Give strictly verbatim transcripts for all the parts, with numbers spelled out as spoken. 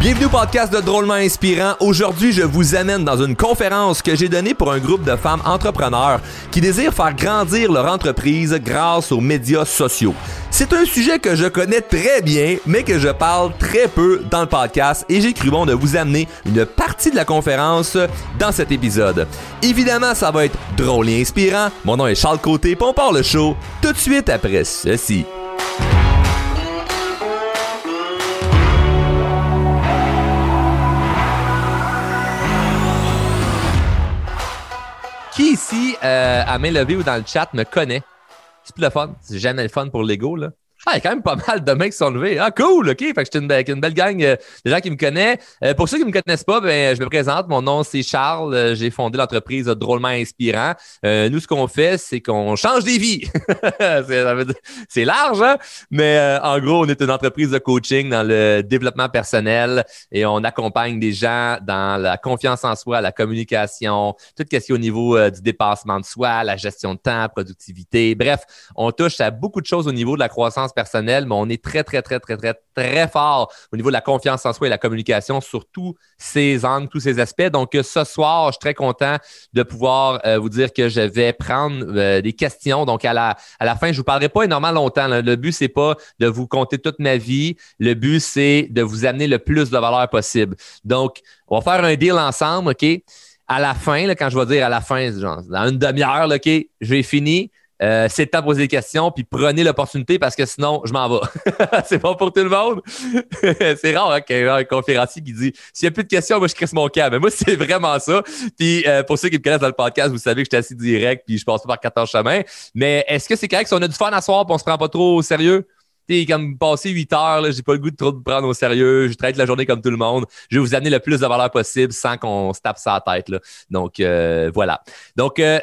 Bienvenue au podcast de Drôlement Inspirant. Aujourd'hui, je vous amène dans une conférence que j'ai donnée pour un groupe de femmes entrepreneurs qui désirent faire grandir leur entreprise grâce aux médias sociaux. C'est un sujet que je connais très bien, mais que je parle très peu dans le podcast et j'ai cru bon de vous amener une partie de la conférence dans cet épisode. Évidemment, ça va être drôle et inspirant. Mon nom est Charles Côté, puis on part le show tout de suite après ceci. Qui ici, euh, à main levée ou dans le chat, me connaît? C'est plus le fun. C'est jamais le fun pour l'ego, là. Ah, il y a quand même pas mal de mecs qui sont levés. Ah, cool, OK. Fait que j'étais une, une belle gang euh, de gens qui me connaissent. Euh, pour ceux qui ne me connaissent pas, ben, je me présente. Mon nom, c'est Charles. Euh, j'ai fondé l'entreprise euh, Drôlement Inspirant. Euh, nous, ce qu'on fait, c'est qu'on change des vies. c'est, ça veut dire, c'est large, hein? Mais euh, en gros, on est une entreprise de coaching dans le développement personnel et on accompagne des gens dans la confiance en soi, la communication, tout ce qui est au niveau euh, du dépassement de soi, la gestion de temps, productivité. Bref, on touche à beaucoup de choses au niveau de la croissance personnel, mais on est très, très, très, très, très, très fort au niveau de la confiance en soi et la communication sur tous ces angles, tous ces aspects. Donc, ce soir, je suis très content de pouvoir euh, vous dire que je vais prendre euh, des questions. Donc, à la, à la fin, je ne vous parlerai pas énormément longtemps. Là. Le but, c'est pas de vous compter toute ma vie. Le but, c'est de vous amener le plus de valeur possible. Donc, on va faire un deal ensemble, OK? À la fin, là, quand je vais dire à la fin, genre, dans une demi-heure, là, OK, j'ai fini. Euh, c'est le temps de poser des questions, puis prenez l'opportunité parce que sinon, je m'en vais. C'est pas pour tout le monde. C'est rare hein, qu'il y ait un conférencier qui dit « S'il n'y a plus de questions, moi, je crisse mon câble. » Mais moi, c'est vraiment ça. Puis euh, pour ceux qui me connaissent dans le podcast, vous savez que je suis assez direct puis je passe pas par quatorze chemins. Mais est-ce que c'est correct si on a du fun à soir et on se prend pas trop au sérieux? T'sais, comme passer huit heures, là, j'ai pas le goût de trop de prendre au sérieux. Je traite la journée comme tout le monde. Je vais vous amener le plus de valeur possible sans qu'on se tape ça à la tête. Là. Donc, euh, voilà. Donc, euh,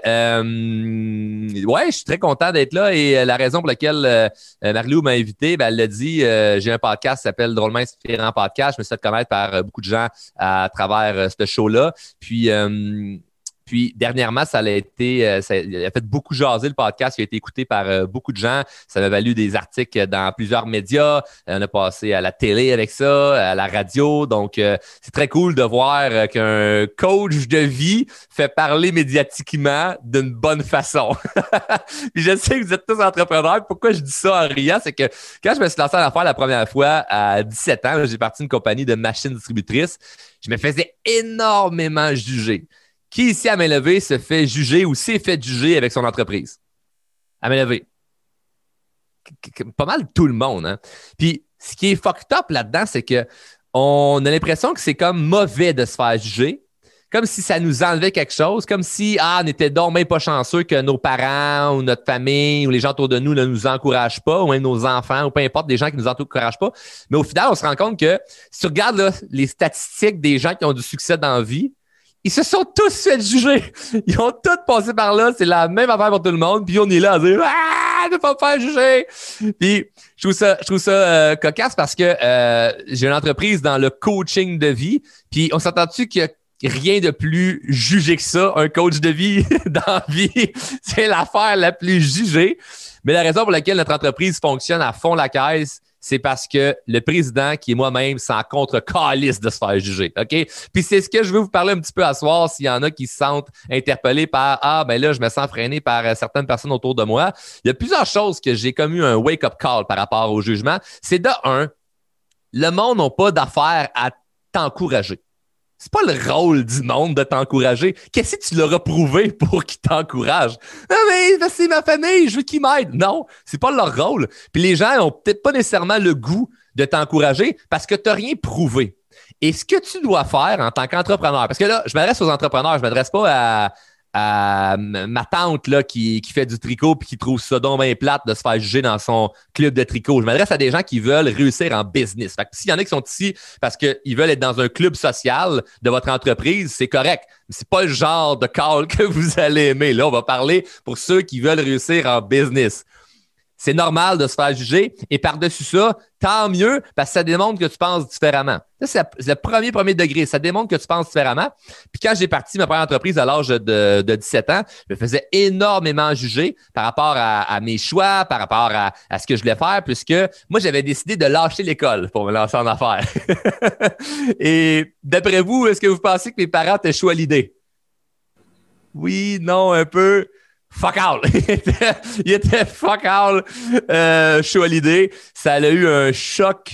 euh, ouais, je suis très content d'être là et la raison pour laquelle euh, Marie-Lou m'a invité, ben, elle l'a dit, euh, j'ai un podcast qui s'appelle Drôlement Inspirant Podcast. Je me suis fait connaître par euh, beaucoup de gens à travers euh, ce show-là. Puis, euh, Puis, dernièrement, ça a été, euh, ça a fait beaucoup jaser le podcast. Il a été écouté par euh, beaucoup de gens. Ça m'a valu des articles dans plusieurs médias. On a passé à la télé avec ça, à la radio. Donc, euh, c'est très cool de voir euh, qu'un coach de vie fait parler médiatiquement d'une bonne façon. Puis, je sais que vous êtes tous entrepreneurs. Pourquoi je dis ça en riant? C'est que quand je me suis lancé à l'affaire la première fois à dix-sept ans, là, j'ai parti d'une compagnie de machines distributrices. Je me faisais énormément juger. Qui ici à main levée se fait juger ou s'est fait juger avec son entreprise? À main levée. Pas mal tout le monde. Hein? Puis, ce qui est fucked up là-dedans, c'est que on a l'impression que c'est comme mauvais de se faire juger. Comme si ça nous enlevait quelque chose. Comme si, ah, on était donc même pas chanceux que nos parents ou notre famille ou les gens autour de nous ne nous encouragent pas, ou même nos enfants, ou peu importe, des gens qui nous encouragent pas. Mais au final, on se rend compte que si tu regardes là, les statistiques des gens qui ont du succès dans la vie, ils se sont tous fait juger. Ils ont tous passé par là. C'est la même affaire pour tout le monde. Puis on est là à dire « Ah, ne pas me faire juger! » Puis je trouve ça, je trouve ça euh, cocasse parce que euh, j'ai une entreprise dans le coaching de vie. Puis on s'entend-tu qu'il y a rien de plus jugé que ça, un coach de vie dans la vie? C'est l'affaire la plus jugée. Mais la raison pour laquelle notre entreprise fonctionne à fond la caisse, c'est parce que le président, qui est moi-même, s'en contre-calisse de se faire juger. OK? Puis c'est ce que je veux vous parler un petit peu à soir s'il y en a qui se sentent interpellés par « Ah, ben là, je me sens freiné par euh, certaines personnes autour de moi. » Il y a plusieurs choses que j'ai comme eu un wake-up call par rapport au jugement. C'est de un, le monde n'a pas d'affaire à t'encourager. C'est pas le rôle du monde de t'encourager. Qu'est-ce que tu leur as prouvé pour qu'ils t'encouragent? Ah, mais c'est ma famille, je veux qu'ils m'aident. Non, c'est pas leur rôle. Puis les gens ont peut-être pas nécessairement le goût de t'encourager parce que tu n'as rien prouvé. Et ce que tu dois faire en tant qu'entrepreneur, parce que là, je m'adresse aux entrepreneurs, je m'adresse pas à, à ma tante là, qui, qui fait du tricot puis qui trouve ça donc bien plate de se faire juger dans son club de tricot. Je m'adresse à des gens qui veulent réussir en business. Fait que s'il y en a qui sont ici parce qu'ils veulent être dans un club social de votre entreprise, c'est correct. Mais c'est pas le genre de call que vous allez aimer. Là, on va parler pour ceux qui veulent réussir en business. c'est normal de se faire juger. Et par-dessus ça, tant mieux, parce que ça démontre que tu penses différemment. Ça, c'est, la, c'est le premier, premier degré. Ça démontre que tu penses différemment. Puis quand j'ai parti ma première entreprise à l'âge de, de dix-sept ans, je me faisais énormément juger par rapport à, à mes choix, par rapport à, à ce que je voulais faire, puisque moi, j'avais décidé de lâcher l'école pour me lancer en affaires. Et d'après vous, est-ce que vous pensez que mes parents étaient chauds à l'idée? Oui, non, un peu. Fuck all! il, était, il était fuck all euh, chaud à l'idée. Ça a eu un choc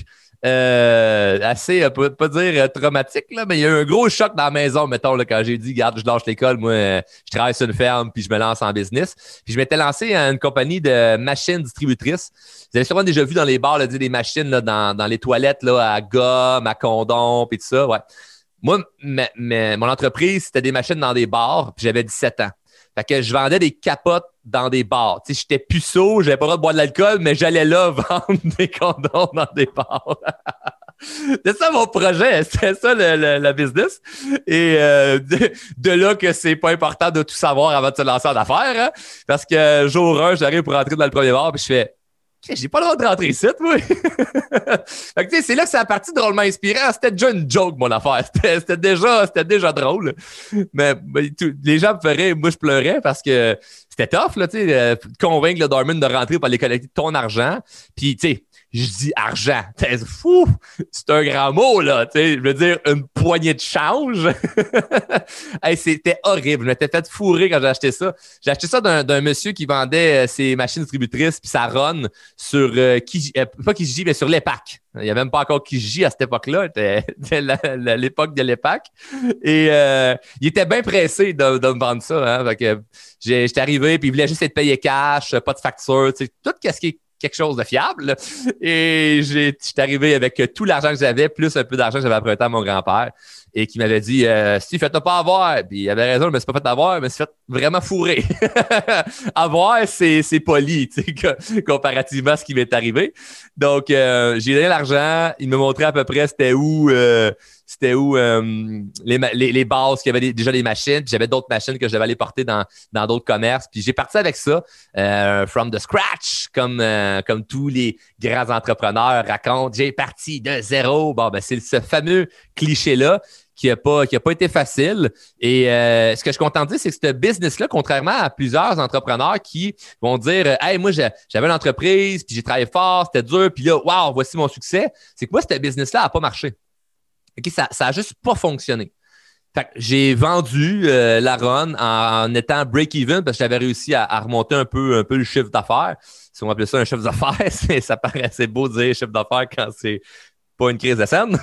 euh, assez, pas, pas dire traumatique, là, mais il y a eu un gros choc dans la maison, mettons, là, quand j'ai dit, regarde, je lâche l'école, moi, euh, je travaille sur une ferme, puis je me lance en business. Puis je m'étais lancé à une compagnie de machines distributrices. Vous avez sûrement déjà vu dans les bars, là, des machines là, dans, dans les toilettes là, à gomme, à condom, puis tout ça, ouais. Moi, m- m- mon entreprise, c'était des machines dans des bars, puis j'avais dix-sept ans. Fait que je vendais des capotes dans des bars. Tu sais, j'étais puceau, j'avais pas le droit de boire de l'alcool, mais j'allais là vendre des condoms dans des bars. C'était ça mon projet, c'était ça le, le, le business. Et euh, de, de là que c'est pas important de tout savoir avant de se lancer en affaires. Hein? Parce que jour un, j'arrive pour rentrer dans le premier bar, puis je fais j'ai pas le droit de rentrer ici, moi. Fait que, tu sais, c'est là que ça a parti drôlement inspirant. C'était déjà une joke, mon affaire. C'était, c'était, déjà, c'était déjà drôle. Mais, mais tout, les gens me feraient, moi, je pleurais parce que c'était tough, là, tu sais, euh, convaincre le Dorman de rentrer pour aller collecter ton argent. Puis, tu sais, je dis argent. T'es fou! C'est un grand mot, là. Tu sais, je veux dire, une poignée de change. Hey, c'était horrible. Je m'étais fait fourrer quand j'ai acheté ça. J'ai acheté ça d'un, d'un monsieur qui vendait euh, ses machines distributrices puis sa run sur euh, Kijiji, euh, pas Kijiji, mais sur l'E-Pac. Il n'y avait même pas encore Kijiji à cette époque-là. C'était, c'était la, la, l'époque de l'E-Pac. Et euh, il était bien pressé de, de me vendre ça. Hein. Fait que j'ai, j'étais arrivé puis il voulait juste être payé cash, pas de facture, tu sais, tout ce qui est quelque chose de fiable. Et j'ai, j'étais arrivé avec tout l'argent que j'avais, plus un peu d'argent que j'avais emprunté à mon grand-père et qui m'avait dit euh, « Steve, fais-toi pas avoir. » Puis il avait raison, je me suis pas fait avoir, je me suis fait vraiment fourrer. Avoir, c'est, c'est poli, tu sais, comparativement à ce qui m'est arrivé. Donc, euh, j'ai donné l'argent, il me montrait à peu près c'était où... Euh, C'était où euh, les, les, les bases, qu'il y avait des, déjà des machines, puis j'avais d'autres machines que je devais aller porter dans, dans d'autres commerces. Puis j'ai parti avec ça, euh, from the scratch, comme, euh, comme tous les grands entrepreneurs racontent. J'ai parti de zéro. Bon, ben c'est ce fameux cliché-là qui n'a pas, qui a pas été facile. Et euh, ce que je suis content de dire, c'est que ce business-là, contrairement à plusieurs entrepreneurs qui vont dire « Hey, moi, j'avais une entreprise, puis j'ai travaillé fort, c'était dur, puis là, wow, voici mon succès. » C'est que moi, ce business-là n'a pas marché. Okay, ça n'a juste pas fonctionné. Fait que j'ai vendu euh, la run en, en étant break-even parce que j'avais réussi à, à remonter un peu, un peu le chiffre d'affaires. Si on appelait ça un chiffre d'affaires, c'est, ça paraît assez beau de dire chiffre d'affaires quand c'est pas une crise de scène.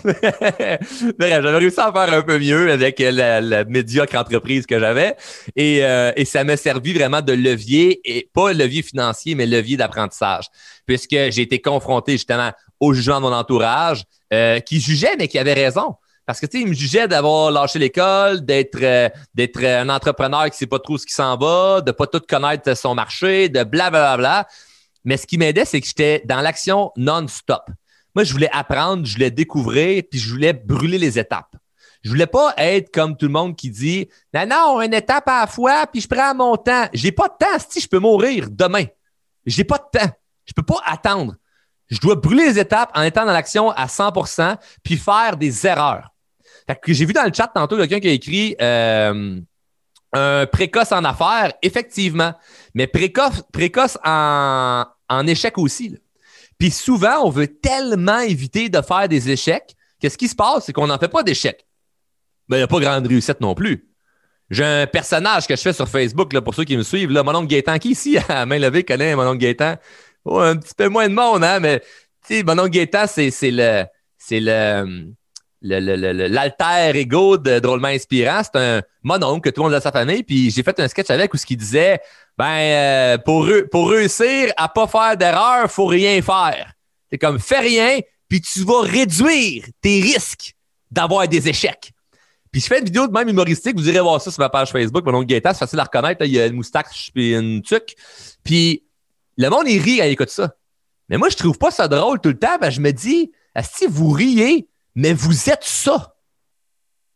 J'avais réussi à faire un peu mieux avec la, la médiocre entreprise que j'avais. Et, euh, et ça m'a servi vraiment de levier, et pas levier financier, mais levier d'apprentissage. Puisque j'ai été confronté justement au jugement de mon entourage, euh, qui jugeait, mais qui avait raison. Parce que, tu sais, il me jugeait d'avoir lâché l'école, d'être, euh, d'être un entrepreneur qui sait pas trop ce qui s'en va, de pas tout connaître son marché, de blablabla. Bla, bla. Mais ce qui m'aidait, c'est que j'étais dans l'action non-stop. Moi, je voulais apprendre, je voulais découvrir, puis je voulais brûler les étapes. Je voulais pas être comme tout le monde qui dit « Non, non, une étape à la fois, puis je prends mon temps. J'ai pas de temps, si je peux mourir demain. J'ai pas de temps. Je peux pas attendre. Je dois brûler les étapes en étant dans l'action à cent pour cent, puis faire des erreurs. » Fait que j'ai vu dans le chat tantôt quelqu'un qui a écrit euh, un précoce en affaires, effectivement, mais précoce, précoce en, en échec aussi. Là. Puis souvent, on veut tellement éviter de faire des échecs que ce qui se passe, c'est qu'on n'en fait pas d'échecs. Mais il n'y a pas grande réussite non plus. J'ai un personnage que je fais sur Facebook, là, pour ceux qui me suivent, là, mon oncle Gaétan, qui ici, à main levée, connaît mon oncle Gaétan. Oh, un petit peu moins de monde, hein, mais tu sais, mon oncle Gaétan, c'est, c'est le c'est le, le, le, le l'alter ego de Drôlement Inspirant. C'est un mon oncle que tout le monde a dans sa famille. Puis j'ai fait un sketch avec où ce qu'il disait ben euh, pour, pour réussir à pas faire d'erreur, faut rien faire. C'est comme fais rien, puis tu vas réduire tes risques d'avoir des échecs. Puis je fais une vidéo de même humoristique, vous irez voir ça sur ma page Facebook, mon oncle Gaétan, c'est facile à reconnaître, là, il y a une moustache puis une tuque. Puis le monde, il rit quand il écoute ça. Mais moi, je trouve pas ça drôle tout le temps. Ben, je me dis, si vous riez, mais vous êtes ça.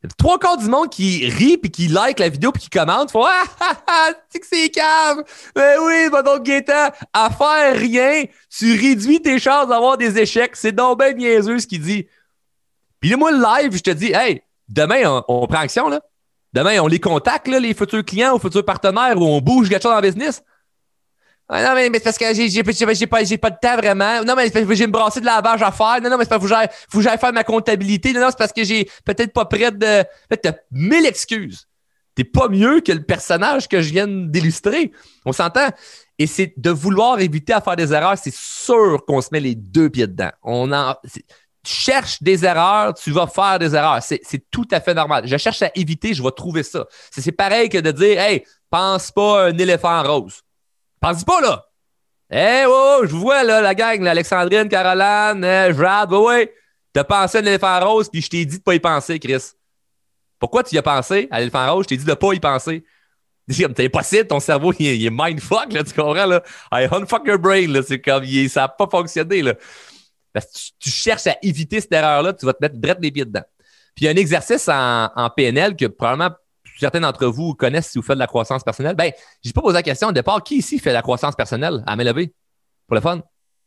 Trois quarts du monde qui rit puis qui like la vidéo puis qui commente font ah ah ah c'est que c'est cave. Mais oui, va donc Gaétan, à faire rien, tu réduis tes chances d'avoir des échecs. C'est donc ben niaiseux ce qu'il dit. Puis là, moi, le live, je te dis, hey, demain, on, on prend action, là. Demain, on les contacte, là, les futurs clients ou futurs partenaires, ou on bouge quelque chose dans le business. Ah non, mais, mais c'est parce que j'ai, j'ai, j'ai, j'ai, pas, j'ai pas de temps vraiment. Non, mais c'est parce que j'ai une brassée de lavage à faire. Non, non, mais c'est parce que faut que j'aille, faut que j'aille faire ma comptabilité. Non, non, c'est parce que j'ai peut-être pas prêt de. En fait, t'as mille excuses. T'es pas mieux que le personnage que je viens d'illustrer. On s'entend? Et c'est de vouloir éviter à faire des erreurs, c'est sûr qu'on se met les deux pieds dedans. On en. C'est, tu cherches des erreurs, tu vas faire des erreurs. C'est, c'est tout à fait normal. Je cherche à éviter, je vais trouver ça. C'est, c'est pareil que de dire, hey, pense pas à un éléphant rose. Pense pas, là. Eh, hey, oh, je vous vois, là, la gang, là, Alexandrine, Caroline, euh, Jade, ouais, ouais. T'as pensé à un éléphant rose, puis je t'ai dit de pas y penser, Chris. Pourquoi tu y as pensé à l'éléphant rose? Je t'ai dit de pas y penser. C'est comme, c'est impossible, ton cerveau, il est, il est mindfuck, là, tu comprends, là? I unfuck your brain, là. C'est comme, il, ça n'a pas fonctionné, là. Parce que tu, tu cherches à éviter cette erreur-là, tu vas te mettre direct les pieds dedans. Puis il y a un exercice en, en P N L que probablement certains d'entre vous connaissent si vous faites de la croissance personnelle. Ben, j'ai pas posé la question au départ. Qui ici fait de la croissance personnelle à main levée? Pour le fun?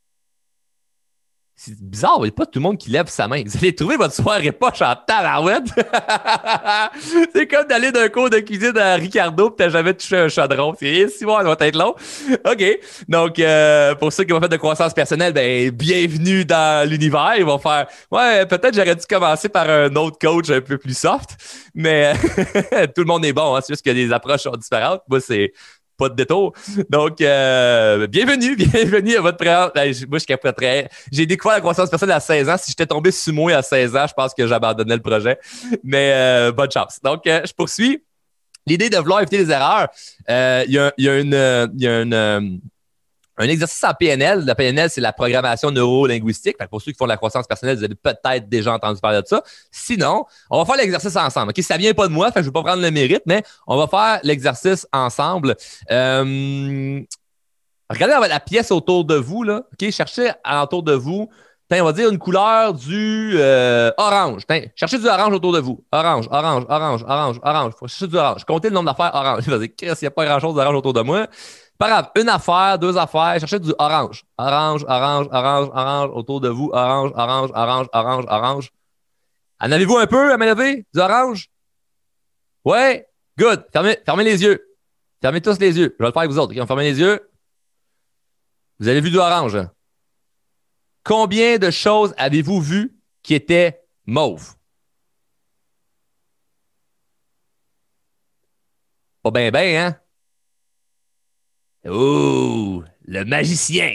C'est bizarre, il n'y a pas tout le monde qui lève sa main. Vous allez trouver votre soirée poche en tabarouette. C'est comme d'aller d'un cours de cuisine à Ricardo et tu n'as jamais touché un chaudron. C'est si bon, ça va être long. OK. Donc, euh, pour ceux qui vont faire de croissance personnelle, ben, bienvenue dans l'univers. Ils vont faire, ouais, peut-être j'aurais dû commencer par un autre coach un peu plus soft, mais tout le monde est bon. Hein. C'est juste que les approches sont différentes. Moi, c'est pas de détour. Donc, euh, bienvenue, bienvenue à votre présence. Moi, je capoterais. J'ai découvert la croissance personnelle à seize ans. Si j'étais tombé sur moi à seize ans, je pense que j'abandonnais le projet. Mais euh, bonne chance. Donc, euh, je poursuis. L'idée de vouloir éviter les erreurs, euh, il y a, y a une... Y a une Un exercice en P N L. La P N L, c'est la programmation neuro-linguistique. Fait que pour ceux qui font de la croissance personnelle, vous avez peut-être déjà entendu parler de ça. Sinon, on va faire l'exercice ensemble. OK? Ça vient pas de moi, fait que je vais pas prendre le mérite, mais on va faire l'exercice ensemble. Euh, regardez la pièce autour de vous, là. OK? Cherchez autour de vous. T'in, on va dire une couleur du euh, orange. T'in, cherchez du orange autour de vous. Orange, orange, orange, orange, orange. Faut chercher du orange. Comptez le nombre d'affaires orange. Vas-y, Chris, il n'y a pas grand-chose d'orange autour de moi. Pas grave, une affaire, deux affaires, cherchez du orange. Orange, orange, orange, orange, autour de vous. Orange, orange, orange, orange, orange. En avez-vous un peu à main levée? Du orange? Ouais? Good. Fermez, fermez les yeux. Fermez tous les yeux. Je vais le faire avec vous autres. Okay? On ferme les yeux. Vous avez vu du orange. Combien de choses avez-vous vu qui étaient mauves? Pas bien, bien, hein? Oh, le magicien!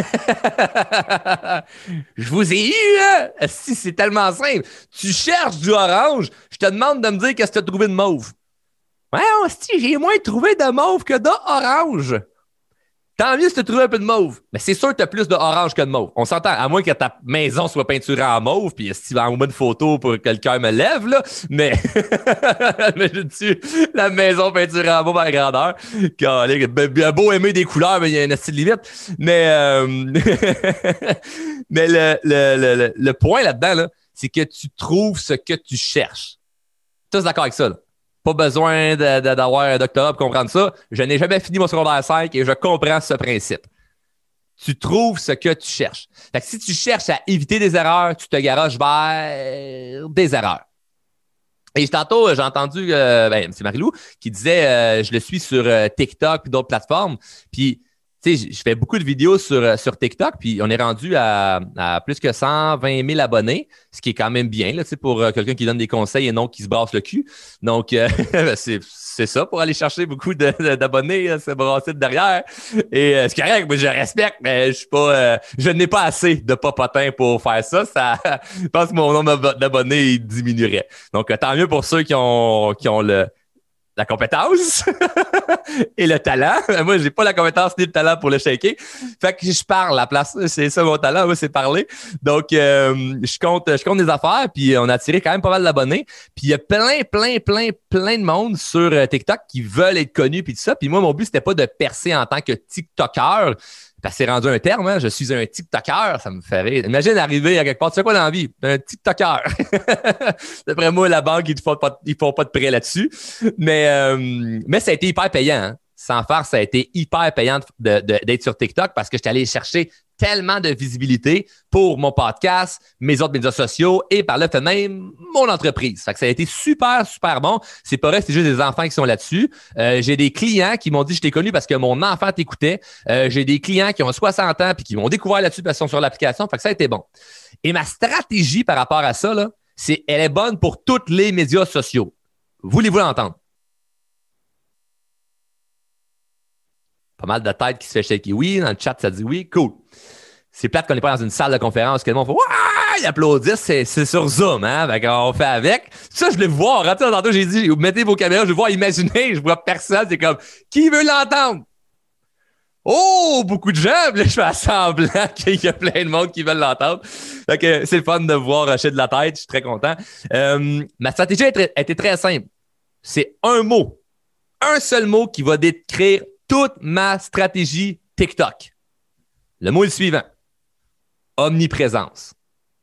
Je vous ai eu, hein? Si, c'est tellement simple. Tu cherches du orange, je te demande de me dire qu'est-ce que tu as trouvé de mauve. Ouais, si, j'ai moins trouvé de mauve que d'orange. Tant mieux si tu as trouvé un peu de mauve. Mais c'est sûr que tu as plus d'orange que de mauve. On s'entend, à moins que ta maison soit peinturée en mauve, puis si tu vas envoyer une photo pour que le cœur me lève, là. Mais, mais je dis, la maison peinturée en mauve à la grandeur. Il a beau aimer des couleurs, mais il y a une style limite. Mais, euh... mais le, le, le, le point là-dedans, là, c'est que tu trouves ce que tu cherches. Tous d'accord avec ça, là? Pas besoin de, de, d'avoir un doctorat pour comprendre ça. Je n'ai jamais fini mon secondaire cinq et je comprends ce principe. Tu trouves ce que tu cherches. Fait que si tu cherches à éviter des erreurs, tu te garages vers des erreurs. Et tantôt, j'ai entendu euh, ben, M. Marilou qui disait euh, je le suis sur euh, TikTok et d'autres plateformes. Puis, tu sais, je fais beaucoup de vidéos sur, sur TikTok, puis on est rendu à, à plus que cent vingt mille abonnés, ce qui est quand même bien là, pour euh, quelqu'un qui donne des conseils et non qui se brasse le cul. Donc, euh, c'est, c'est ça pour aller chercher beaucoup de, de, d'abonnés, hein, se brasser de derrière. Et euh, c'est correct, moi je respecte, mais je suis pas, euh, je n'ai pas assez de popotin pour faire ça. Ça, je pense que mon nombre d'abonnés il diminuerait. Donc, euh, tant mieux pour ceux qui ont, qui ont le la compétence et le talent. Moi, j'ai pas la compétence ni le talent pour le shaker. Fait que je parle à la place. C'est ça mon talent, moi, c'est parler. Donc, euh, je compte, je compte des affaires, puis on a attiré quand même pas mal d'abonnés. Puis il y a plein, plein, plein, plein de monde sur TikTok qui veulent être connus, puis tout ça. Puis moi, mon but, c'était pas de percer en tant que TikToker. Parce que c'est rendu un terme, hein? Je suis un TikToker, ça me fait rire. Imagine arriver à quelque part, tu sais quoi dans la vie? Un TikToker. D'après moi, la banque, ils ne font, font pas de prêt là-dessus. Mais, euh, mais ça a été hyper payant. Hein? Sans faire, ça a été hyper payant de, de, d'être sur TikTok parce que j'étais allé chercher tellement de visibilité pour mon podcast, mes autres médias sociaux et par le fait même mon entreprise. Fait que ça a été super, super bon. C'est pas vrai, c'est juste des enfants qui sont là-dessus. Euh, j'ai des clients qui m'ont dit je t'ai connu parce que mon enfant t'écoutait. Euh, j'ai des clients qui ont soixante ans puis qui m'ont découvert là-dessus parce qu'ils sont sur l'application. Fait que ça a été bon. Et ma stratégie par rapport à ça, là, c'est elle est bonne pour tous les médias sociaux. Voulez-vous l'entendre? Pas mal de têtes qui se fait shaker oui. Dans le chat, ça dit oui. Cool. C'est plate qu'on n'est pas dans une salle de conférence que le monde fait « Ouah! » Ils applaudissent. C'est, c'est sur Zoom. Hein? Fait qu'on fait avec. Ça, je le vois. Rentrez tantôt, j'ai dit « Mettez vos caméras. » Je vois imaginer. Je vois personne. C'est comme « Qui veut l'entendre? » Oh! Beaucoup de gens. Là, je fais semblant qu'il y a plein de monde qui veulent l'entendre. Fait que c'est le fun de voir hocher de la tête. Je suis très content. Euh, ma stratégie a été, a été très simple. C'est un mot. Un seul mot qui va décrire toute ma stratégie TikTok. Le mot est le suivant. Omniprésence.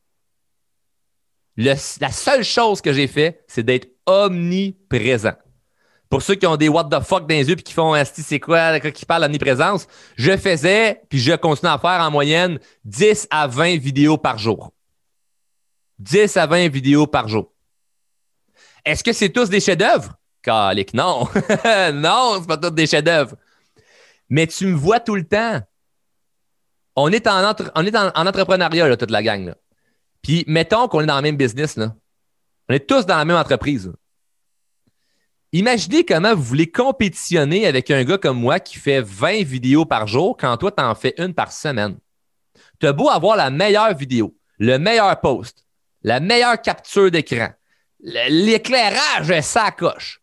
Le, la seule chose que j'ai fait, c'est d'être omniprésent. Pour ceux qui ont des what the fuck dans les yeux et qui font Asti, c'est quoi, qui parlent d'omniprésence, je faisais, puis je continue à faire en moyenne dix à vingt vidéos par jour. dix à vingt vidéos par jour. Est-ce que c'est tous des chefs-d'œuvre? Calique, non. Non, c'est pas tous des chefs-d'œuvre. Mais tu me vois tout le temps. On est en, entre, on est en, en entrepreneuriat, là, toute la gang. Là. Puis, mettons qu'on est dans le même business. Là. On est tous dans la même entreprise. Là. Imaginez comment vous voulez compétitionner avec un gars comme moi qui fait vingt vidéos par jour quand toi, tu en fais une par semaine. Tu as beau avoir la meilleure vidéo, le meilleur post, la meilleure capture d'écran, l'éclairage, ça coche.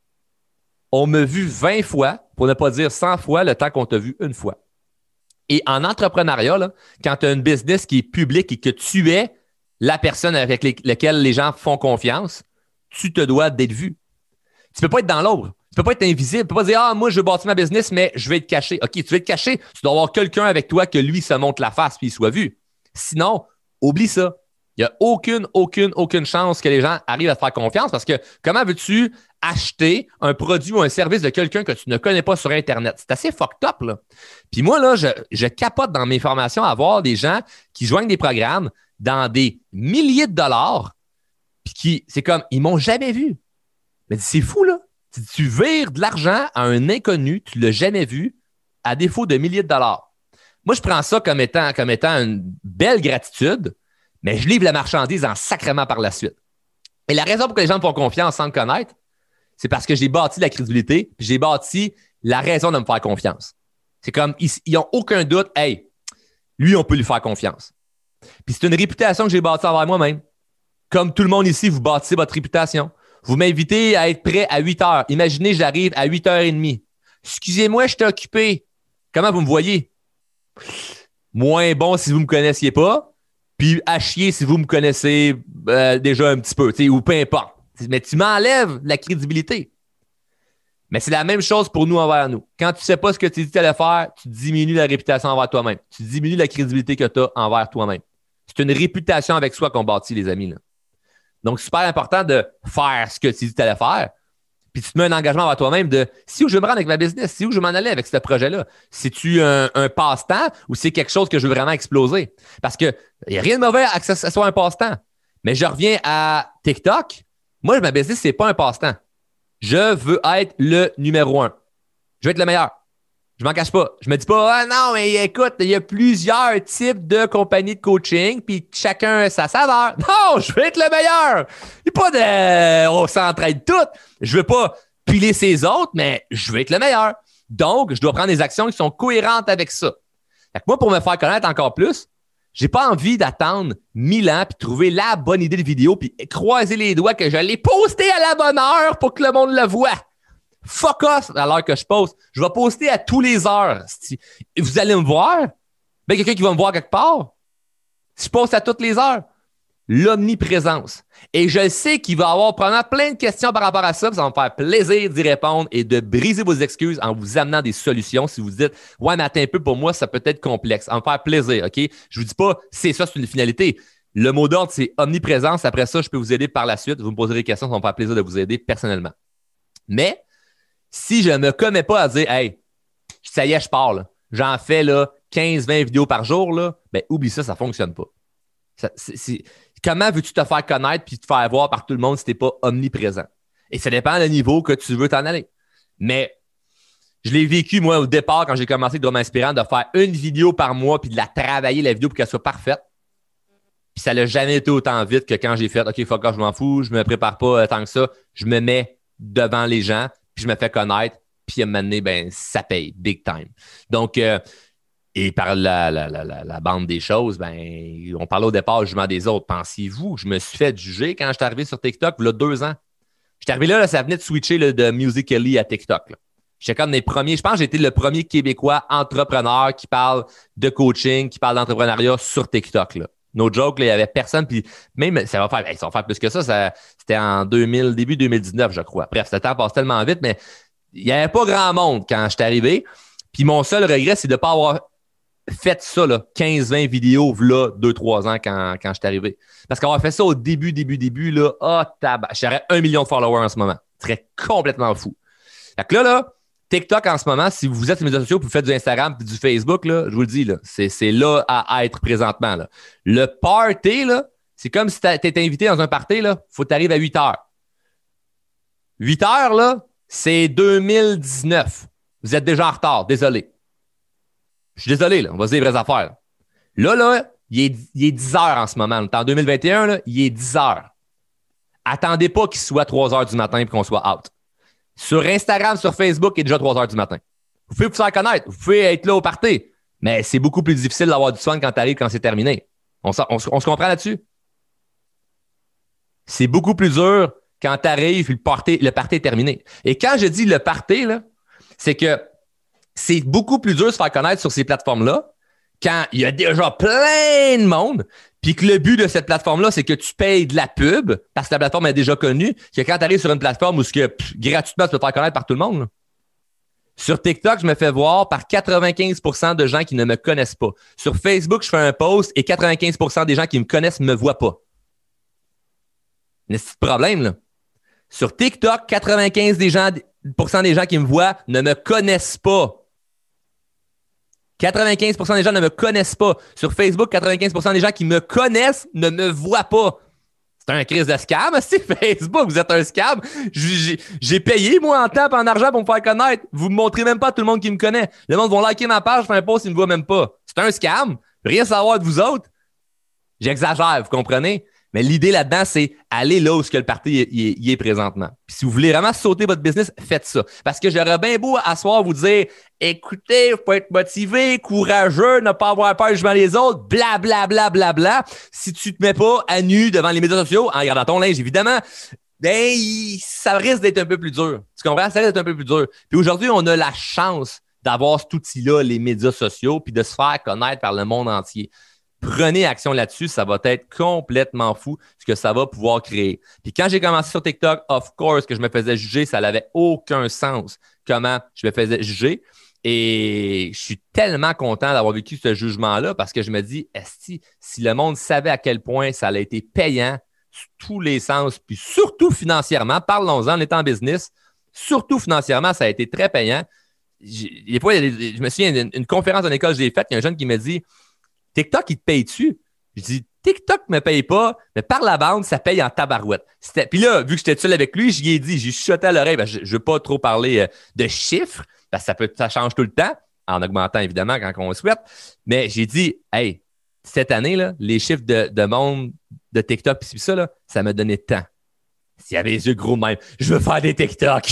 On m'a vu vingt fois, pour ne pas dire cent fois, le temps qu'on t'a vu une fois. Et en entrepreneuriat, là, quand tu as une business qui est publique et que tu es la personne avec les, laquelle les gens font confiance, tu te dois d'être vu. Tu ne peux pas être dans l'ombre. Tu ne peux pas être invisible. Tu ne peux pas dire « Ah, moi, je veux bâtir ma business, mais je vais être caché. » OK, tu veux être caché, tu dois avoir quelqu'un avec toi que lui se montre la face puis il soit vu. Sinon, oublie ça. Il n'y a aucune, aucune, aucune chance que les gens arrivent à te faire confiance parce que comment veux-tu acheter un produit ou un service de quelqu'un que tu ne connais pas sur Internet? C'est assez fucked up, là. Puis moi, là, je, je capote dans mes formations à voir des gens qui joignent des programmes dans des milliers de dollars puis qui, c'est comme, ils m'ont jamais vu. Mais c'est fou, là. Tu, tu vires de l'argent à un inconnu, tu ne l'as jamais vu, à défaut de milliers de dollars. Moi, je prends ça comme étant, comme étant une belle gratitude, mais je livre la marchandise en sacrement par la suite. Et la raison pour que les gens me font confiance sans me connaître, c'est parce que j'ai bâti la crédibilité, puis j'ai bâti la raison de me faire confiance. C'est comme, ils n'ont aucun doute, hey, lui, on peut lui faire confiance. Puis c'est une réputation que j'ai bâtie envers moi-même. Comme tout le monde ici, vous bâtissez votre réputation. Vous m'invitez à être prêt à huit heures. Imaginez, j'arrive à huit heures trente. Excusez-moi, je t'ai occupé. Comment vous me voyez? Moins bon si vous ne me connaissiez pas. Puis à chier si vous me connaissez euh, déjà un petit peu, ou peu importe. Mais tu m'enlèves la crédibilité. Mais c'est la même chose pour nous envers nous. Quand tu ne sais pas ce que tu dis que tu allais faire, tu diminues la réputation envers toi-même. Tu diminues la crédibilité que tu as envers toi-même. C'est une réputation avec soi qu'on bâtit, les amis. Là. Donc, super important de faire ce que tu dis que tu allais faire. Puis tu te mets un engagement envers toi-même de si où je veux me rendre avec ma business, si où je veux m'en aller avec ce projet-là. C'est-tu un, un passe-temps ou c'est quelque chose que je veux vraiment exploser? Parce qu'il n'y a rien de mauvais à que ce soit un passe-temps. Mais je reviens à TikTok. Moi, ma business, ce n'est pas un passe-temps. Je veux être le numéro un. Je veux être le meilleur. Je m'en cache pas. Je me dis pas, ah non, mais écoute, il y a plusieurs types de compagnies de coaching, puis chacun a sa saveur. Non, je veux être le meilleur. Il n'y a pas de, on s'entraide toutes. Je veux pas piler ses autres, mais je veux être le meilleur. Donc, je dois prendre des actions qui sont cohérentes avec ça. Fait que moi, pour me faire connaître encore plus, j'ai pas envie d'attendre mille ans puis trouver la bonne idée de vidéo puis croiser les doigts que je l'ai posté à la bonne heure pour que le monde le voit. Fuck off à l'heure que je poste. Je vais poster à tous les heures. Vous allez me voir. Ben, quelqu'un qui va me voir quelque part. Si je poste à toutes les heures. l'omniprésence. Et je sais qu'il va y avoir probablement plein de questions par rapport à ça. Ça va me faire plaisir d'y répondre et de briser vos excuses en vous amenant des solutions. Si vous dites, ouais, mais attends un peu, pour moi, ça peut être complexe. Ça va me faire plaisir, OK? Je vous dis pas, c'est ça, c'est une finalité. Le mot d'ordre, c'est omniprésence. Après ça, je peux vous aider par la suite. Vous me poserez des questions, ça va me faire plaisir de vous aider personnellement. Mais si je ne me commets pas à dire, hey, ça y est, je pars, là. J'en fais là, quinze vingt vidéos par jour, là, ben, oublie ça, ça ne fonctionne pas. Ça, c'est, c'est... Comment veux-tu te faire connaître puis te faire voir par tout le monde si tu n'es pas omniprésent? Et ça dépend du niveau que tu veux t'en aller. Mais je l'ai vécu, moi, au départ, quand j'ai commencé avec Drôme Inspirant, de faire une vidéo par mois puis de la travailler, la vidéo, pour qu'elle soit parfaite. Puis ça n'a jamais été autant vite que quand j'ai fait « OK, fuck off, je m'en fous, je me prépare pas tant que ça. » Je me mets devant les gens puis je me fais connaître. Puis à un moment donné, ben, ça paye, big time. Donc, euh, et par la, la, la, la, la bande des choses, ben, on parlait au départ du jugement des autres. Pensiez-vous, je me suis fait juger quand je suis arrivé sur TikTok, il y a deux ans. J'étais arrivé là, là, ça venait de switcher là, de Musical.ly à TikTok. Là. J'étais comme des premiers, je pense que j'ai été le premier Québécois entrepreneur qui parle de coaching, qui parle d'entrepreneuriat sur TikTok. Là. No joke, là, il n'y avait personne. Puis même, ça va faire, ça va faire plus que ça, ça. C'était en deux mille, début deux mille dix-neuf, je crois. Bref, le temps passe tellement vite, mais il n'y avait pas grand monde quand je suis arrivé. Puis mon seul regret, c'est de ne pas avoir fait ça, là, quinze vingt vidéos, là, deux trois ans quand, quand je suis arrivé. Parce qu'avoir fait ça au début, début, début, là, oh, tabac, j'aurais un million de followers en ce moment. Ce serait complètement fou. Fait que là, là, TikTok en ce moment, si vous êtes sur les médias sociaux, vous faites du Instagram et du Facebook, là, je vous le dis, là, c'est, c'est là à être présentement. Là. Le party, là, c'est comme si tu étais invité dans un party, il faut que tu arrives à huit heures. huit heures, là, c'est deux mille dix-neuf. Vous êtes déjà en retard, désolé. Je suis désolé, là, on va se dire les vraies affaires. Là, là, il est, il est dix heures en ce moment. On est en deux mille vingt et un, là, il est dix heures. Attendez pas qu'il soit trois heures du matin et qu'on soit out. Sur Instagram, sur Facebook, il est déjà trois heures du matin. Vous pouvez vous faire connaître, vous pouvez être là au party, mais c'est beaucoup plus difficile d'avoir du fun quand tu arrives, quand c'est terminé. On, on, on se comprend là-dessus? C'est beaucoup plus dur quand tu arrives et le party, le party est terminé. Et quand je dis le party, là, c'est que c'est beaucoup plus dur de se faire connaître sur ces plateformes-là quand il y a déjà plein de monde, puis que le but de cette plateforme-là, c'est que tu payes de la pub parce que la plateforme est déjà connue, que quand tu arrives sur une plateforme où ce que, pff, gratuitement, tu peux te faire connaître par tout le monde. Là. Sur TikTok, je me fais voir par quatre-vingt-quinze pour cent de gens qui ne me connaissent pas. Sur Facebook, je fais un post et quatre-vingt-quinze pour cent des gens qui me connaissent ne me voient pas. Mais c'est le problème, là. Sur TikTok, quatre-vingt-quinze pour cent des gens qui me voient ne me connaissent pas. quatre-vingt-quinze pour cent des gens ne me connaissent pas. Sur Facebook, quatre-vingt-quinze pour cent des gens qui me connaissent ne me voient pas. C'est un crise de scam, c'est Facebook, vous êtes un scam. J'ai, j'ai payé, moi, en temps et en argent pour me faire connaître. Vous me montrez même pas à tout le monde qui me connaît. Le monde va liker ma page, je fais un post, ils ne me voient même pas. C'est un scam. Rien savoir de vous autres. J'exagère, vous comprenez? Mais l'idée là-dedans, c'est aller là où ce que le parti y, y, y est présentement. Puis si vous voulez vraiment sauter votre business, faites ça. Parce que j'aurais bien beau à soir vous dire « Écoutez, il faut être motivé, courageux, ne pas avoir peur de juger les autres, bla, bla, bla, bla, bla. » Si tu te mets pas à nu devant les médias sociaux, en regardant ton linge, évidemment, ben, ça risque d'être un peu plus dur. Tu comprends? Ça risque d'être un peu plus dur. Puis aujourd'hui, on a la chance d'avoir cet outil-là, les médias sociaux, puis de se faire connaître par le monde entier. Prenez action là-dessus, ça va être complètement fou ce que ça va pouvoir créer. Puis quand j'ai commencé sur TikTok, of course, que je me faisais juger, ça n'avait aucun sens comment je me faisais juger. Et je suis tellement content d'avoir vécu ce jugement-là parce que je me dis, esti, si le monde savait à quel point ça a été payant sur tous les sens, puis surtout financièrement, parlons-en, on est en business, surtout financièrement, ça a été très payant. J'ai, des fois, je me souviens d'une une conférence en école que j'ai faite, il y a un jeune qui m'a dit, TikTok, il te paye-tu? Je dis, TikTok ne me paye pas, mais par la bande, ça paye en tabarouette. C'était... Puis là, vu que j'étais seul avec lui, j'y ai dit, j'ai chuchoté à l'oreille, ben, je ne veux pas trop parler euh, de chiffres, parce que ça, peut, ça change tout le temps, en augmentant évidemment quand on le souhaite. Mais j'ai dit, hey, cette année, là, les chiffres de, de monde de TikTok, puis ça, là, ça m'a donné tant. S'il y avait les yeux gros de même, je veux faire des TikTok.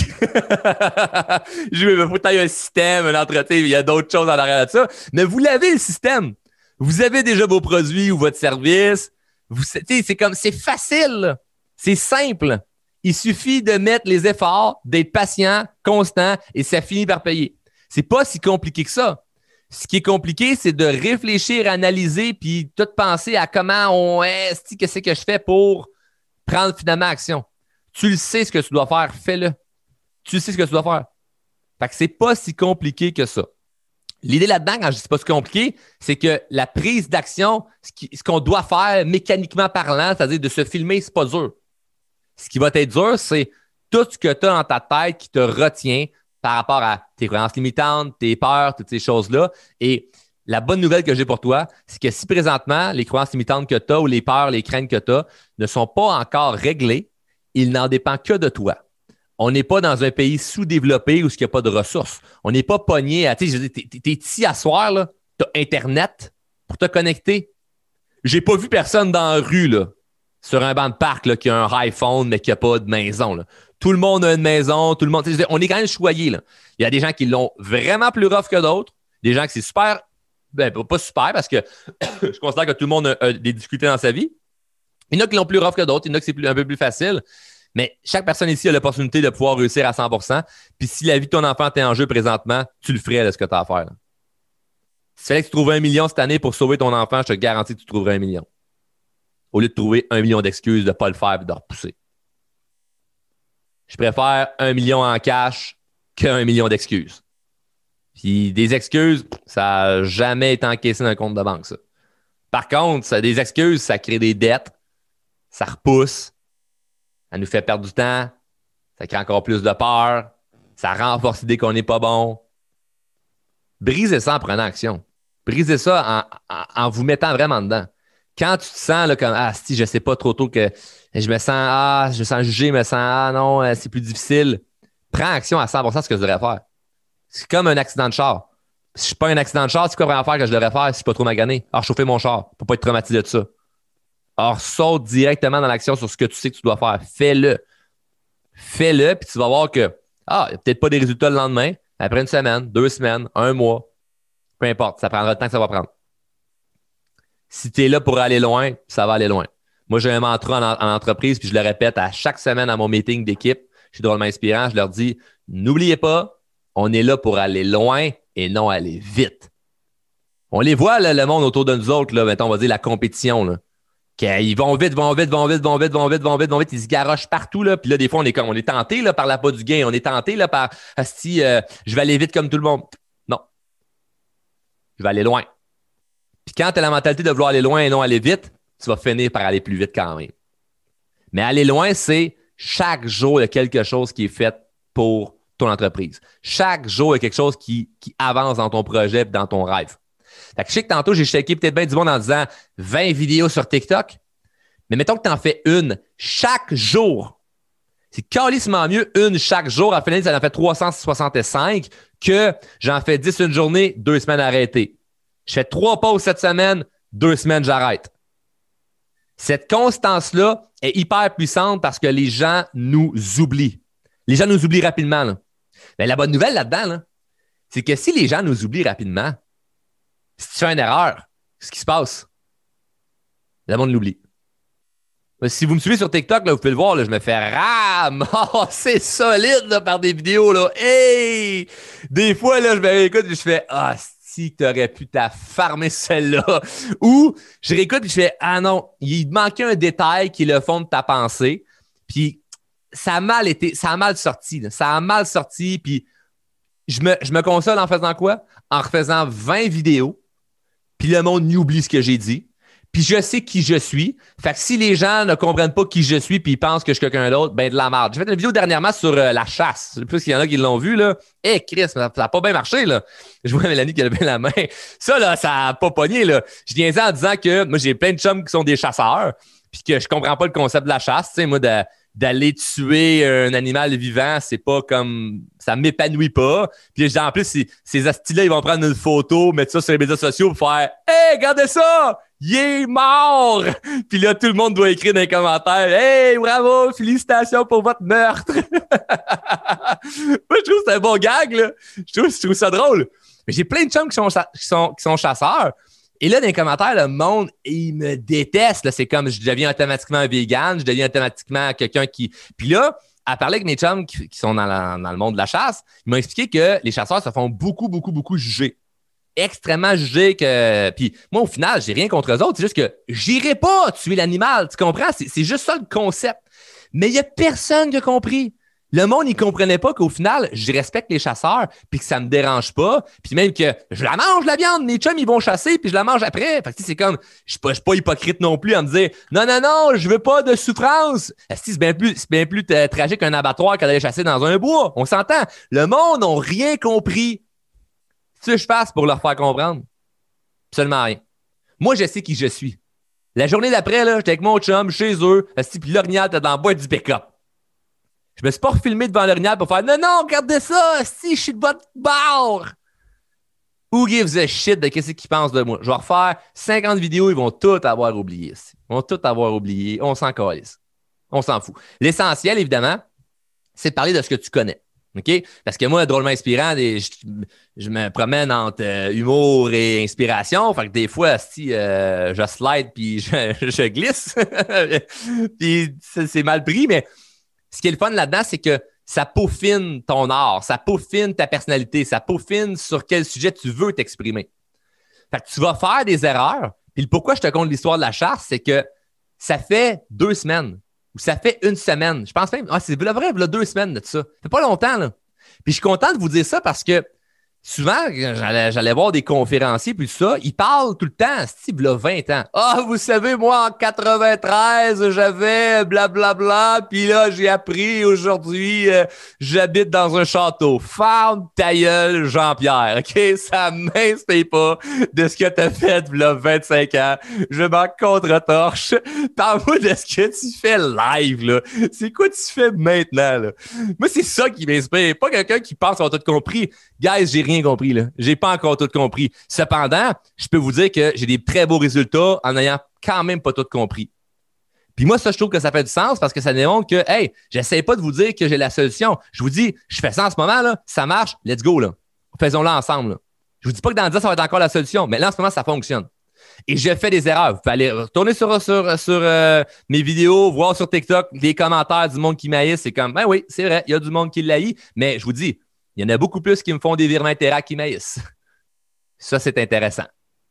Je veux, il faut tailler un système, un entretien, il y a d'autres choses en arrière de ça. Mais vous l'avez, le système. Vous avez déjà vos produits ou votre service. Vous, c'est comme, c'est facile. C'est simple. Il suffit de mettre les efforts, d'être patient, constant, et ça finit par payer. C'est pas si compliqué que ça. Ce qui est compliqué, c'est de réfléchir, analyser, puis tout penser à comment on est, qu'est-ce que je fais pour prendre finalement action. Tu le sais ce que tu dois faire, fais-le. Tu sais ce que tu dois faire. Fait que c'est pas si compliqué que ça. L'idée là-dedans, quand je dis c'est pas si compliqué, c'est que la prise d'action, ce, qui, ce qu'on doit faire mécaniquement parlant, c'est-à-dire de se filmer, c'est pas dur. Ce qui va être dur, c'est tout ce que tu as dans ta tête qui te retient par rapport à tes croyances limitantes, tes peurs, toutes ces choses-là. Et la bonne nouvelle que j'ai pour toi, c'est que si présentement, les croyances limitantes que tu as ou les peurs, les craintes que tu as ne sont pas encore réglées, il n'en dépend que de toi. On n'est pas dans un pays sous-développé où il n'y a pas de ressources. On n'est pas pogné à... Tu sais, t'es, t'es ici à soir, tu as Internet pour te connecter. J'ai pas vu personne dans la rue, là, sur un banc de parc, là, qui a un iPhone, mais qui n'a pas de maison, là. Tout le monde a une maison, tout le monde... On est quand même choyé, là. Il y a des gens qui l'ont vraiment plus rough que d'autres, des gens qui c'est super... Ben, pas super, parce que je considère que tout le monde a, a des difficultés dans sa vie. Il y en a qui l'ont plus rough que d'autres, il y en a qui c'est plus, un peu plus facile. Mais chaque personne ici a l'opportunité de pouvoir réussir à cent pour cent. Puis si la vie de ton enfant est en jeu présentement, tu le ferais de ce que tu as à faire. Là. Si fallait que tu trouves un million cette année pour sauver ton enfant, je te garantis que tu trouverais un million. Au lieu de trouver un million d'excuses de ne pas le faire et de repousser. Je préfère un million en cash qu'un million d'excuses. Puis des excuses, ça n'a jamais été encaissé dans un compte de banque, ça. Par contre, ça, des excuses, ça crée des dettes, ça repousse, ça nous fait perdre du temps, ça crée encore plus de peur, ça renforce l'idée qu'on n'est pas bon. Brisez ça en prenant action. Brisez ça en, en, en vous mettant vraiment dedans. Quand tu te sens là, comme « Ah, si, je sais pas trop tôt que je me sens, ah, je me sens jugé, je me sens, ah non, c'est plus difficile. » Prends action à cent pour cent de ce que je devrais faire. C'est comme un accident de char. Si je ne suis pas un accident de char, c'est quoi la première affaire que je devrais faire si je ne suis pas trop magané? Alors, chauffer mon char pour ne pas être traumatisé de ça. Alors, saute directement dans l'action sur ce que tu sais que tu dois faire. Fais-le. Fais-le, puis tu vas voir que, ah, il n'y a peut-être pas des résultats le lendemain. Après une semaine, deux semaines, un mois, peu importe, ça prendra le temps que ça va prendre. Si tu es là pour aller loin, ça va aller loin. Moi, j'ai un mantra en, en entreprise, puis je le répète à chaque semaine à mon meeting d'équipe. Je suis drôlement inspirant. Je leur dis, n'oubliez pas, on est là pour aller loin et non aller vite. On les voit, là, le monde autour de nous autres, là, mettons, on va dire la compétition. Là. Ils vont vite, vont vite, vont vite, vont vite, vont vite, vont vite, vont vite, ils se garochent partout. Là. Puis là, des fois, on est comme on est tenté là, par la pas du gain. On est tenté là, par si euh, je vais aller vite comme tout le monde. Non. Je vais aller loin. Puis quand tu as la mentalité de vouloir aller loin et non aller vite, tu vas finir par aller plus vite quand même. Mais aller loin, c'est chaque jour, il y a quelque chose qui est fait pour ton entreprise. Chaque jour, il y a quelque chose qui, qui avance dans ton projet et dans ton rêve. Fait que je sais que tantôt, j'ai checké peut-être bien du monde en disant vingt vidéos sur TikTok, mais mettons que tu en fais une chaque jour. C'est calissement mieux une chaque jour. En fait, ça en fait trois cent soixante-cinq que j'en fais dix une journée, deux semaines arrêtées. Je fais trois pauses cette semaine, deux semaines, j'arrête. Cette constance-là est hyper puissante parce que les gens nous oublient. Les gens nous oublient rapidement. Là. Mais la bonne nouvelle là-dedans, là, c'est que si les gens nous oublient rapidement, si tu fais une erreur, qu'est-ce qui se passe? Le monde l'oublie. Si vous me suivez sur TikTok, là, vous pouvez le voir, là, je me fais ramasser solide là, par des vidéos. Là. Hey! Des fois, là, je me réécoute et je fais Ah, si tu aurais pu t'affarmer celle-là. Ou je réécoute et je fais Ah non, il manquait un détail qui est le fond de ta pensée. Puis ça a mal été, ça a mal sorti. Là. Ça a mal sorti. Puis je me, je me console en faisant quoi? En refaisant vingt vidéos. Puis le monde n'y oublie ce que j'ai dit. Puis je sais qui je suis. Fait que si les gens ne comprennent pas qui je suis puis ils pensent que je suis quelqu'un d'autre, ben de la merde. J'ai fait une vidéo dernièrement sur euh, la chasse. Je sais plus s'il y en a qui l'ont vu, là. Eh, hey, Chris, ça n'a pas bien marché, là. Je vois Mélanie qui a levé la main. Ça, là, ça n'a pas pogné, là. Je viens en disant que moi, j'ai plein de chums qui sont des chasseurs puis que je comprends pas le concept de la chasse. Tu sais, moi, de, d'aller tuer un animal vivant, c'est pas comme... Ça m'épanouit pas. Puis en plus, ces, ces astis-là, ils vont prendre une photo, mettre ça sur les médias sociaux pour faire « Hey, regardez ça! Il est mort! » Puis là, tout le monde doit écrire dans les commentaires « Hey, bravo! Félicitations pour votre meurtre! » Moi, je trouve que c'est un bon gag, là. Je trouve, je trouve ça drôle. Mais j'ai plein de chums qui sont, qui sont, qui sont chasseurs. Et là, dans les commentaires, le monde, il me déteste. Là, c'est comme je deviens automatiquement un vegan, je deviens automatiquement quelqu'un qui... Puis là, à parler avec mes chums qui, qui sont dans, la, dans le monde de la chasse, ils m'ont expliqué que les chasseurs se font beaucoup, beaucoup, beaucoup juger. extrêmement jugés. Que... Puis moi, au final, j'ai rien contre eux autres. C'est juste que j'irai pas tuer l'animal. Tu comprends? C'est, c'est juste ça le concept. Mais il y a personne qui a compris. Le monde, il comprenait pas qu'au final, je respecte les chasseurs, puis que ça me dérange pas, puis même que je la mange, la viande, mes chums, ils vont chasser, puis je la mange après. Fait que c'est comme, je suis pas, je suis pas hypocrite non plus à me dire, non, non, non, je veux pas de souffrance. C'est bien plus, c'est bien plus t- tragique qu'un abattoir qu'd'aller chasser dans un bois. On s'entend. Le monde n'a rien compris. Ce que je fasse pour leur faire comprendre? Absolument rien. Moi, je sais qui je suis. La journée d'après, là, j'étais avec mon chum, chez eux, puis l'orignal était dans le bois du pick-up. Je me suis pas refilmé devant l'orignal pour faire « Non, non, regardez ça! Si, je suis de votre bord! » Who gives a shit de qu'est-ce qu'ils pensent de moi? Je vais refaire cinquante vidéos, ils vont tout avoir oublié. Ils vont tout avoir oublié. On s'en calisse. On s'en fout. L'essentiel, évidemment, c'est de parler de ce que tu connais. OK? Parce que moi, drôlement inspirant, je, je me promène entre euh, humour et inspiration. Fait que des fois, si euh, je slide puis je, je glisse. Puis c'est, c'est mal pris, mais ce qui est le fun là-dedans, c'est que ça peaufine ton art, ça peaufine ta personnalité, ça peaufine sur quel sujet tu veux t'exprimer. Fait que tu vas faire des erreurs. Puis pourquoi je te conte l'histoire de la chasse, c'est que ça fait deux semaines ou ça fait une semaine. Je pense même, ah, c'est vrai, il y a deux semaines de ça. Ça fait pas longtemps, là. Puis je suis content de vous dire ça parce que souvent, j'allais, j'allais voir des conférenciers puis tout ça, ils parlent tout le temps, Steve, il y a vingt ans. Ah, vous savez, moi, en quatre-vingt-treize, j'avais blablabla, puis là, j'ai appris aujourd'hui, euh, j'habite dans un château. Ferme ta gueule, Jean-Pierre, OK? Ça m'inspire pas de ce que t'as fait il y a vingt-cinq ans. Je m'en contre-torche. Parle-moi de ce que tu fais live, là. C'est quoi tu fais maintenant, là? Moi, c'est ça qui m'inspire. Pas quelqu'un qui pense avoir tout compris. Guys, j'ai rien compris, là. J'ai pas encore tout compris. Cependant, je peux vous dire que j'ai des très beaux résultats en n'ayant quand même pas tout compris. Puis moi, ça, je trouve que ça fait du sens parce que ça démontre que, hey, j'essaie pas de vous dire que j'ai la solution. Je vous dis, je fais ça en ce moment, là, ça marche, let's go, là. Faisons-le ensemble, là. Je vous dis pas que dans dix ans, ça va être encore la solution, mais là, en ce moment, ça fonctionne. Et je fais des erreurs. Vous pouvez aller retourner sur, sur, sur euh, mes vidéos, voir sur TikTok les commentaires du monde qui m'haïssent. C'est comme, ben oui, c'est vrai, il y a du monde qui l'haït, mais je vous dis, il y en a beaucoup plus qui me font des virements interact qui m'haïssent. Ça, c'est intéressant.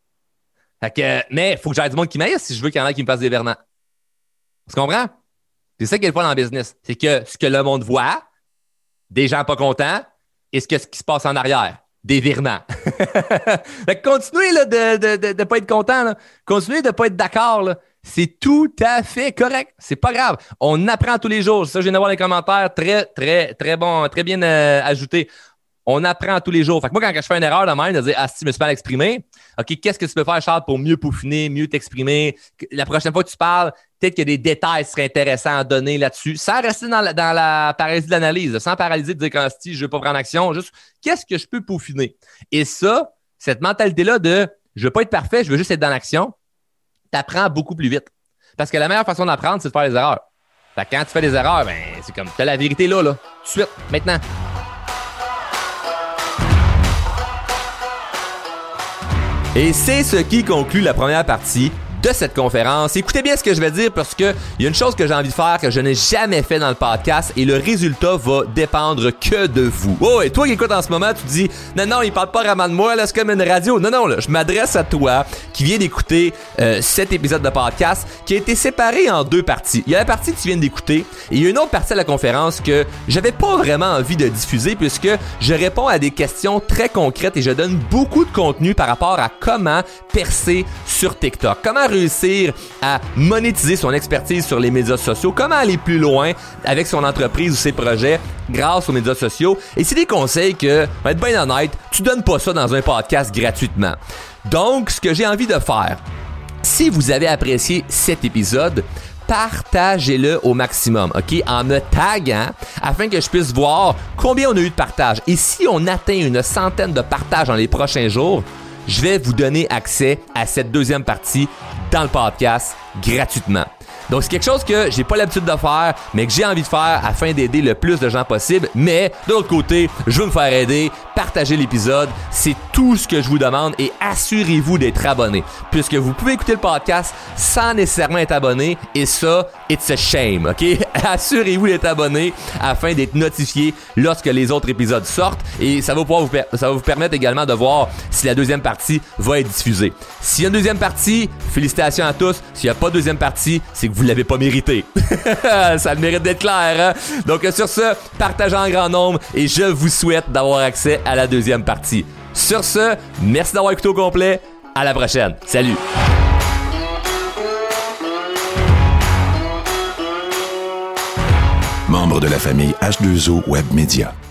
Fait que, mais il faut que j'aille du monde qui m'haïsse si je veux qu'il y en ait qui me fassent des virements. Tu comprends? C'est ça qui est le point dans le business. C'est que ce que le monde voit, des gens pas contents, et ce, que, ce qui se passe en arrière, des virements. Fait que continuez là, de ne de, de, de pas être content. Là. Continuez de ne pas être d'accord. Là. C'est tout à fait correct. C'est pas grave. On apprend tous les jours. Ça, je viens d'avoir les commentaires très, très, très bon, très bien euh, ajoutés. On apprend tous les jours. Fait que moi, quand je fais une erreur de même, de dire, ah, si je me suis mal exprimé, OK, qu'est-ce que tu peux faire, Charles, pour mieux peaufiner, mieux t'exprimer? La prochaine fois que tu parles, peut-être qu'il y a des détails qui seraient intéressants à donner là-dessus, sans rester dans la, dans la paralysie de l'analyse, sans paralyser de dire quand si je ne veux pas prendre action, juste qu'est-ce que je peux peaufiner? Et ça, cette mentalité-là de je ne veux pas être parfait, je veux juste être dans l'action, tu apprends beaucoup plus vite. Parce que la meilleure façon d'apprendre, c'est de faire des erreurs. Fait que quand tu fais des erreurs, ben, c'est comme tu as la vérité là, là, tout de suite, maintenant. Et c'est ce qui conclut la première partie de cette conférence. Écoutez bien ce que je vais dire parce que il y a une chose que j'ai envie de faire que je n'ai jamais fait dans le podcast et le résultat va dépendre que de vous. Oh, et toi qui écoutes en ce moment, tu te dis non, non, il parle pas vraiment de moi, là, c'est comme une radio. Non, non, là, je m'adresse à toi qui viens d'écouter euh, cet épisode de podcast qui a été séparé en deux parties. Il y a la partie que tu viens d'écouter et il y a une autre partie de la conférence que j'avais pas vraiment envie de diffuser puisque je réponds à des questions très concrètes et je donne beaucoup de contenu par rapport à comment percer sur TikTok. Comment réussir à monétiser son expertise sur les médias sociaux, comment aller plus loin avec son entreprise ou ses projets grâce aux médias sociaux. Et c'est des conseils que, pour être bien honnête, tu donnes pas ça dans un podcast gratuitement. Donc, ce que j'ai envie de faire, si vous avez apprécié cet épisode, partagez-le au maximum, OK? En me taguant afin que je puisse voir combien on a eu de partages. Et si on atteint une centaine de partages dans les prochains jours, je vais vous donner accès à cette deuxième partie dans le podcast gratuitement. Donc, c'est quelque chose que j'ai pas l'habitude de faire, mais que j'ai envie de faire afin d'aider le plus de gens possible. Mais, de l'autre côté, je veux me faire aider. Partagez l'épisode. C'est tout ce que je vous demande et assurez-vous d'être abonné. Puisque vous pouvez écouter le podcast sans nécessairement être abonné. Et ça, it's a shame, OK? Assurez-vous d'être abonné afin d'être notifié lorsque les autres épisodes sortent. Et ça va pouvoir vous, per- ça va vous permettre également de voir si la deuxième partie va être diffusée. S'il y a une deuxième partie, félicitations à tous. S'il n'y a pas de deuxième partie, c'est que vous l'avez pas mérité. Ça le mérite d'être clair, hein? Donc sur ce, partagez en grand nombre et je vous souhaite d'avoir accès à la deuxième partie. Sur ce, merci d'avoir écouté au complet. À la prochaine. Salut! Membre de la famille H deux O Web Media.